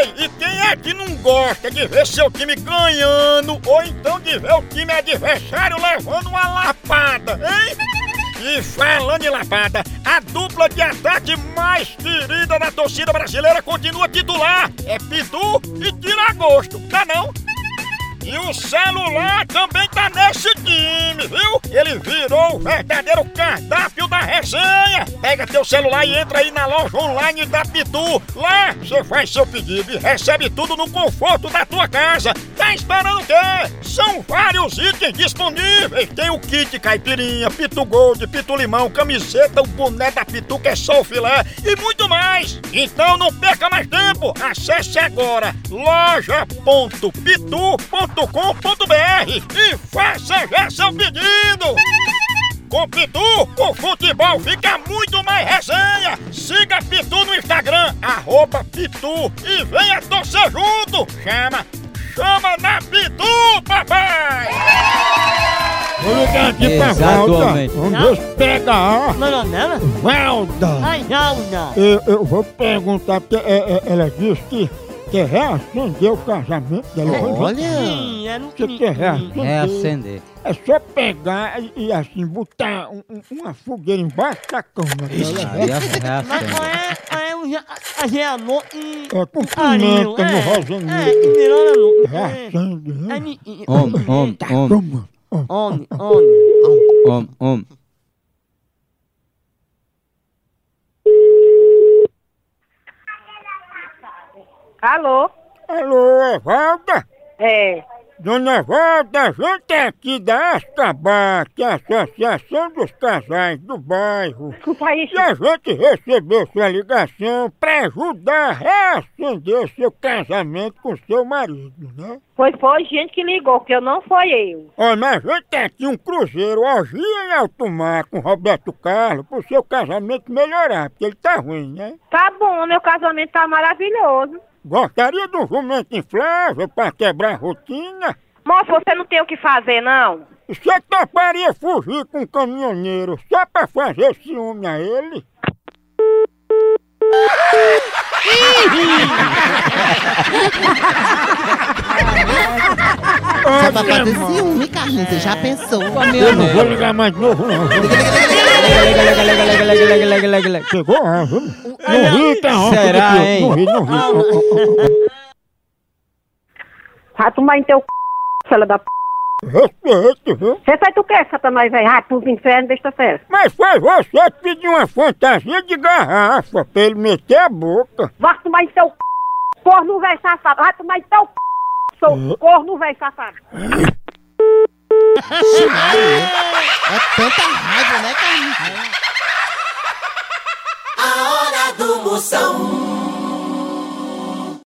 Ei, e quem é que não gosta de ver seu time ganhando ou então de ver o time adversário levando uma lapada, hein? E falando em lapada, a dupla de ataque mais querida da torcida brasileira continua titular. É Pitu e Tiragosto, tá não? E o celular também tá nesse time, viu? Ele virou o verdadeiro cardápio da resenha. Pega teu celular e entra aí na loja online da Pitu. Lá você faz seu pedido e recebe tudo no conforto da tua casa. Tá esperando o quê? São vários itens disponíveis. Tem o kit caipirinha, Pitu Gold, Pitu Limão, camiseta, o boné da Pitu que é só o filé e muito mais. Então não perca mais tempo. Acesse agora loja.pitu.com.br e faça já seu pedido! Com Pitu, o futebol fica muito mais resenha! Siga Pitu no Instagram, @Pitu e venha torcer junto! Chama na Pitu, papai! Vou ligar aqui pra Valda, vamos ver se pega a... Valda! Ai, Valda! Eu vou perguntar, porque ela disse que quer reacender o casamento dela. Olha! Você quer reacender? Reacender. É só pegar e assim, botar uma fogueira embaixo da cama. Aí Mas reacende. a geamor e... É com pimenta no rosinho. Reacende, né? Homem. Alô? Alô, é Valda? É. Dona Valda, a gente é aqui da Ascabá, que é a Associação dos Casais do Bairro. Desculpa aí. E a gente recebeu sua ligação para ajudar a reacender seu casamento com seu marido, né? Foi gente que ligou, que eu não foi eu. Olha, mas a gente tem aqui um cruzeiro orgia em alto mar com Roberto Carlos pro seu casamento melhorar, porque ele tá ruim, né? Tá bom, meu casamento tá maravilhoso. Gostaria de um jumento inflável pra quebrar a rotina? Moço, você não tem o que fazer, não? Você toparia fugir com um caminhoneiro só pra fazer ciúme a ele? Só pra fazer ciúme, Carlinhos, você já pensou? Eu não vou ligar mais de novo, não. Chegou, viu? Não ri, tá ronco. Será, hein? Não ri. Vai tomar em teu fela da p... Respeito, viu? Você faz o que, Satanás, velho? Vai pro inferno, besta fera. Mas foi você que pediu uma fantasia de garrafa pra ele meter a boca. Vai tomar em teu corno, velho safado. Vai tomar em teu seu corno, velho safado. É tanta raiva, né, Carlinhos? A hora do Moção.